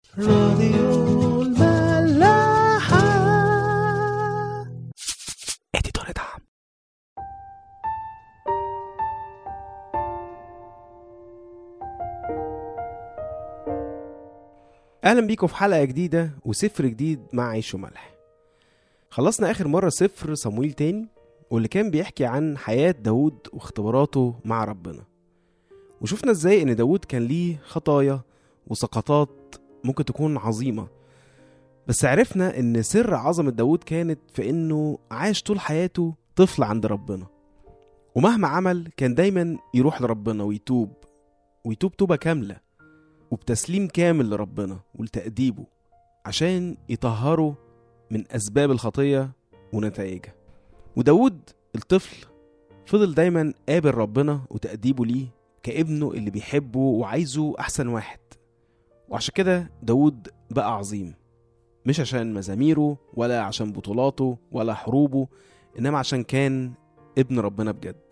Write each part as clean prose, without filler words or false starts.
راديو الملاحة. اديتور دعم. اهلا بيكم في حلقة جديدة وسفر جديد مع عيش وملح. خلصنا اخر مرة سفر صمويل تاني، واللي كان بيحكي عن حياة داود واختباراته مع ربنا، وشوفنا ازاي ان داود كان ليه خطايا وسقطات ممكن تكون عظيمة، بس عرفنا ان سر عظمة داود كانت في انه عاش طول حياته طفل عند ربنا، ومهما عمل كان دايما يروح لربنا ويتوب توبة كاملة وبتسليم كامل لربنا ولتأديبه عشان يطهره من أسباب الخطية ونتائجها. وداود الطفل فضل دايما قابل ربنا وتأديبه ليه كابنه اللي بيحبه وعايزه أحسن واحد، وعشان كده داود بقى عظيم، مش عشان مزاميره ولا عشان بطولاته ولا حروبه، إنما عشان كان ابن ربنا بجد.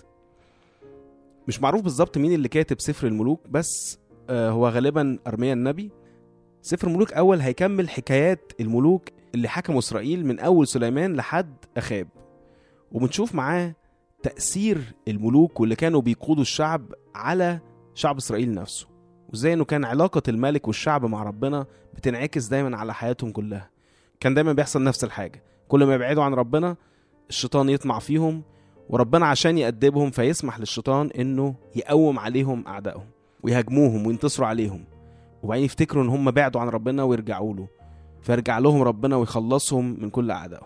مش معروف بالظبط مين اللي كاتب سفر الملوك، بس هو غالبا أرميا النبي. سفر الملوك أول هيكمل حكايات الملوك اللي حكموا إسرائيل من أول سليمان لحد أخاب، وبنشوف معاه تأثير الملوك واللي كانوا بيقودوا الشعب على شعب إسرائيل نفسه، وإزاي إنه كان علاقة الملك والشعب مع ربنا بتنعكس دايما على حياتهم كلها. كان دايما بيحصل نفس الحاجة، كل ما يبعدوا عن ربنا الشيطان يطمع فيهم، وربنا عشان يأدبهم فيسمح للشيطان إنه يقوم عليهم أعدائهم ويهاجموهم وينتصروا عليهم، وبعدين يفتكروا إن هم بعدوا عن ربنا ويرجعوا له، فيرجع لهم ربنا ويخلصهم من كل أعدائهم.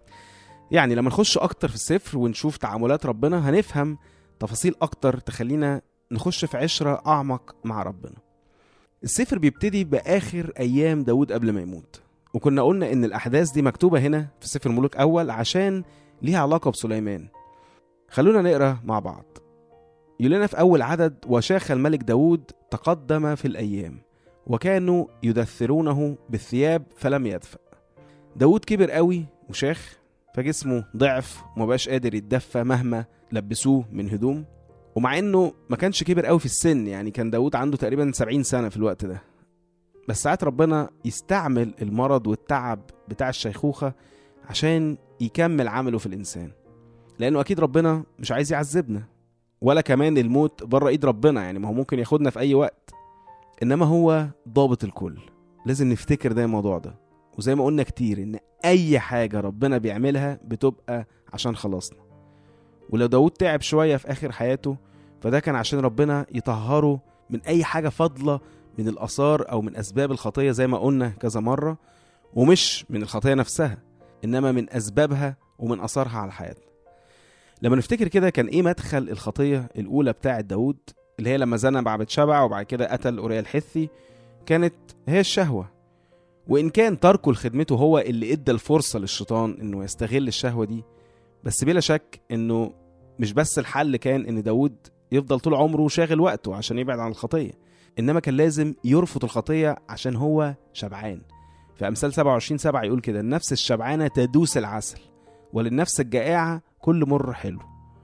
يعني لما نخش أكتر في السفر ونشوف تعاملات ربنا هنفهم تفاصيل أكتر تخلينا نخش في عشرة أعمق مع ربنا. السفر بيبتدي بآخر أيام داود قبل ما يموت، وكنا قلنا إن الأحداث دي مكتوبة هنا في سفر الملوك أول عشان ليها علاقة بسليمان. خلونا نقرأ مع بعض. يقول لنا في أول عدد: وشاخ الملك داود تقدم في الأيام وكانوا يدثرونه بالثياب فلم يدفأ. داود كبر قوي وشاخ، فجسمه ضعف ومبقاش قادر يتدفى مهما لبسوه من هدوم، ومع انه ما كانش كبر قوي في السن، يعني كان داود عنده تقريبا 70 سنة في الوقت ده، بس ساعات ربنا يستعمل المرض والتعب بتاع الشيخوخة عشان يكمل عمله في الإنسان، لأنه أكيد ربنا مش عايز يعذبنا، ولا كمان الموت بره إيد ربنا، يعني ما هو ممكن ياخدنا في أي وقت، إنما هو ضابط الكل. لازم نفتكر ده الموضوع ده، وزي ما قلنا كتير إن أي حاجة ربنا بيعملها بتبقى عشان خلاصنا. ولو داود تعب شوية في آخر حياته فده كان عشان ربنا يطهره من أي حاجة فضلة من الآثار أو من أسباب الخطية، زي ما قلنا كذا مرة، ومش من الخطية نفسها إنما من أسبابها ومن أثارها على حياتنا. لما نفتكر كده كان إيه مدخل الخطية الأولى بتاعة داود، اللي هي لما زنى مع بتشبع وبعد كده قتل أوريا الحثي، كانت هي الشهوة. وإن كان تركه لخدمته هو اللي إدى الفرصة للشيطان إنه يستغل الشهوة دي، بس بلا شك إنه مش بس الحل كان إن داود يفضل طول عمره شاغل وقته عشان يبعد عن الخطية، إنما كان لازم يرفض الخطية عشان هو شبعان. في أمثال 27:7 يقول كده: النفس الشبعانة تدوس العسل وللنفس الجائعة كل مر حلو.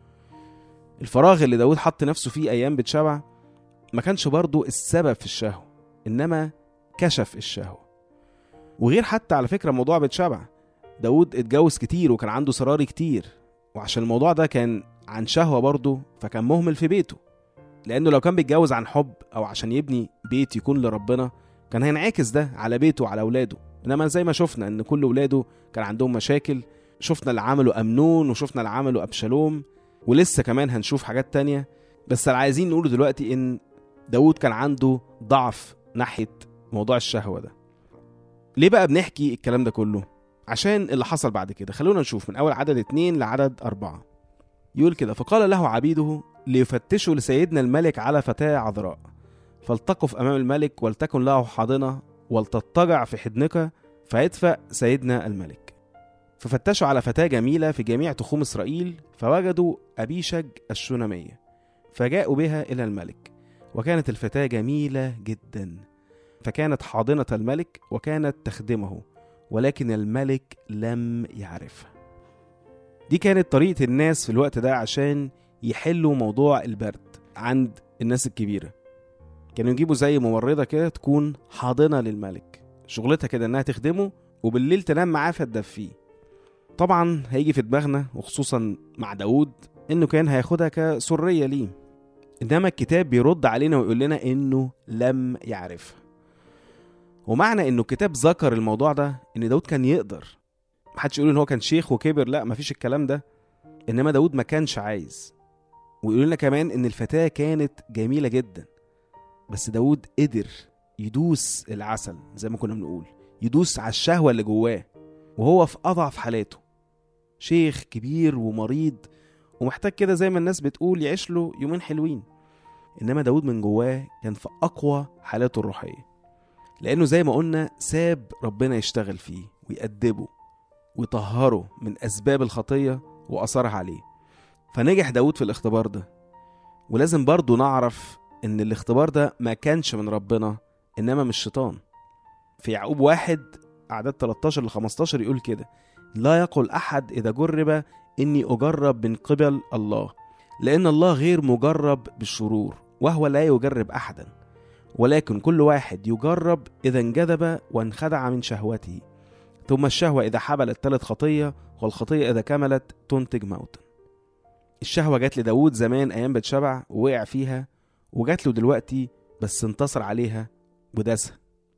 الفراغ اللي داود حط نفسه فيه أيام بتشبع ما كانش برضو السبب في الشهوة، إنما كشف الشهوة. وغير حتى على فكرة موضوع بتشبع، داود اتجوز كتير وكان عنده سراري كتير، وعشان الموضوع ده كان عن شهوة برضو فكان مهمل في بيته، لأنه لو كان بيتجوز عن حب أو عشان يبني بيت يكون لربنا كان هينعكس ده على بيته وعلى أولاده. إنما زي ما شفنا إن كل أولاده كان عندهم مشاكل، شفنا اللي عمله أمنون وشفنا اللي عمله أبشالوم، ولسه كمان هنشوف حاجات تانية. بس اللي عايزين نقوله دلوقتي إن داود كان عنده ضعف ناحية موضوع الشهوة ده. ليه بقى بنحكي الكلام ده كله؟ عشان اللي حصل بعد كده. خلونا نشوف من أول عدد 2 لعدد 4. يقول كده: فقال له عبيده ليفتشوا لسيدنا الملك على فتاة عذراء، فالتقف أمام الملك ولتكن له حاضنة ولتضطجع في حضنك فيدفأ سيدنا الملك. ففتشوا على فتاة جميلة في جميع تخوم إسرائيل فوجدوا أبيشج الشونامية، فجاءوا بها إلى الملك، وكانت الفتاة جميلة جدا، فكانت حاضنة الملك وكانت تخدمه، ولكن الملك لم يعرفها. دي كانت طريقة الناس في الوقت ده عشان يحلوا موضوع البرد عند الناس الكبيرة. كانوا يجيبوا زي ممرضة كده تكون حاضنة للملك شغلتها كده انها تخدمه وبالليل تنام معاه فتدفيه. طبعا هيجي في دماغنا وخصوصا مع داود انه كان هياخدها كسرية ليه، انما الكتاب بيرد علينا ويقول لنا انه لم يعرفها. ومعنى انه الكتاب ذكر الموضوع ده ان داود كان يقدر. محدش يقول ان هو كان شيخ وكبر، لا مفيش الكلام ده، انما داود ما كانش عايز. ويقول لنا كمان ان الفتاة كانت جميلة جدا، بس داود قدر يدوس العسل زي ما كنا بنقول، يدوس على الشهوة اللي جواه وهو في أضعف حالاته، شيخ كبير ومريض ومحتاج كده زي ما الناس بتقول يعيش له يومين حلوين. إنما داود من جواه كان في أقوى حالاته الروحية، لأنه زي ما قلنا ساب ربنا يشتغل فيه ويأدبه ويطهره من أسباب الخطية وأثرها عليه. فنجح داود في الاختبار ده. ولازم برضو نعرف إن الاختبار ده ما كانش من ربنا إنما من الشيطان. في يعقوب 1 أعداد 13-15 يقول كده: لا يقل أحد إذا جرب إني أجرب من قبل الله، لأن الله غير مجرب بالشرور وهو لا يجرب أحدا، ولكن كل واحد يجرب إذا انجذب وانخدع من شهوته، ثم الشهوة إذا حبلت تلت خطية، والخطية إذا كملت تنتج موتا. الشهوة جات لداود زمان أيام بتشبع ووقع فيها، وجات له دلوقتي بس انتصر عليها وداسها.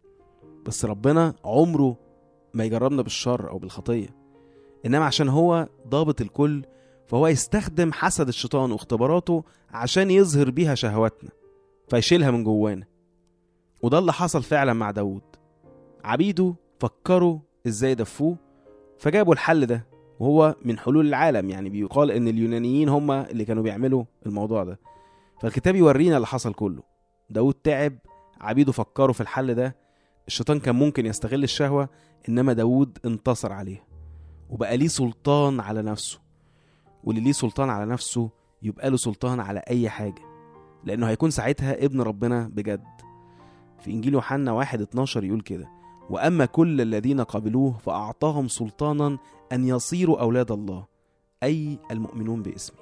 بس ربنا عمره ما يجربنا بالشر أو بالخطية، إنما عشان هو ضابط الكل فهو يستخدم حسد الشيطان واختباراته عشان يظهر بيها شهواتنا فيشيلها من جوانا. وده اللي حصل فعلا مع داود. عبيده فكروا إزاي يدفوه فجابوا الحل ده، وهو من حلول العالم. يعني بيقال إن اليونانيين هم اللي كانوا بيعملوا الموضوع ده. فالكتاب يورينا اللي حصل كله. داود تعب، عبيده فكروا في الحل ده. الشيطان كان ممكن يستغل الشهوة، إنما داود انتصر عليها وبقى ليه سلطان على نفسه. واللي ليه سلطان على نفسه يبقى له سلطان على أي حاجة، لأنه هيكون ساعتها ابن ربنا بجد. في إنجيل يوحنا 1:12 يقول كده: وأما كل الذين قبلوه فأعطاهم سلطانا أن يصيروا أولاد الله، أي المؤمنون باسمه.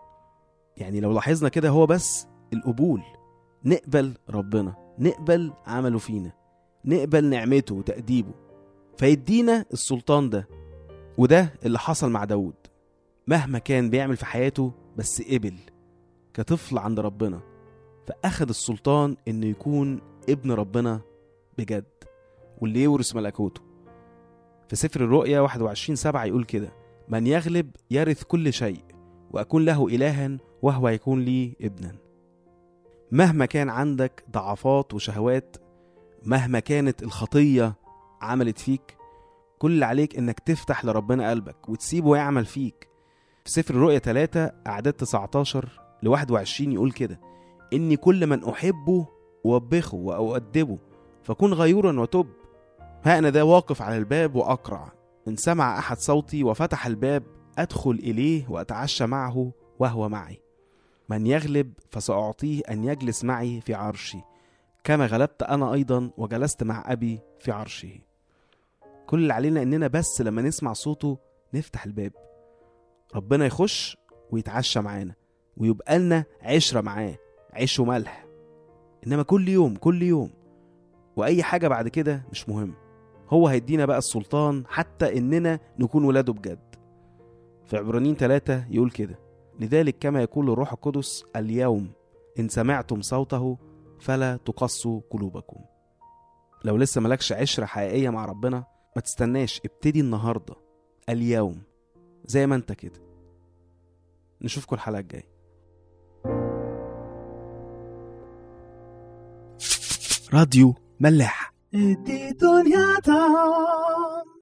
يعني لو لاحظنا كده هو بس القبول، نقبل ربنا، نقبل عمله فينا، نقبل نعمته وتأديبه فيدينا السلطان ده. وده اللي حصل مع داود. مهما كان بيعمل في حياته بس قبل كطفل عند ربنا، فأخذ السلطان إنه يكون ابن ربنا بجد واللي يورث ملكوته. في سفر الرؤيا 21:7 يقول كده: من يغلب يرث كل شيء وأكون له إلها وهو يكون لي ابنا. مهما كان عندك ضعفات وشهوات، مهما كانت الخطية عملت فيك، كل اللي عليك إنك تفتح لربنا قلبك وتسيبه يعمل فيك. في سفر الرؤيا 3 أعداد 19-21 يقول كده: إني كل من أحبه وأوبخه وأؤدبه فكن غيورا وتب. ها أنا ده واقف على الباب وأقرع، إن سمع أحد صوتي وفتح الباب أدخل إليه وأتعشى معه وهو معي. من يغلب فسأعطيه أن يجلس معي في عرشي كما غلبت أنا أيضا وجلست مع أبي في عرشه. كل اللي علينا إننا بس لما نسمع صوته نفتح الباب، ربنا يخش ويتعشى معانا ويبقى لنا عشرة معاه، عيش وملح. إنما كل يوم كل يوم وأي حاجة بعد كده مش مهم. هو هيدينا بقى السلطان حتى إننا نكون ولاده بجد. في عبرانيين 3 يقول كده: لذلك كما يقول الروح القدس اليوم إن سمعتم صوته فلا تقسوا قلوبكم. لو لسه ملكش عشرة حقيقية مع ربنا ما تستناش، ابتدي النهاردة اليوم زي ما انت كده. نشوفكم الحلقة الجاية. راديو ملاح. دي دنيا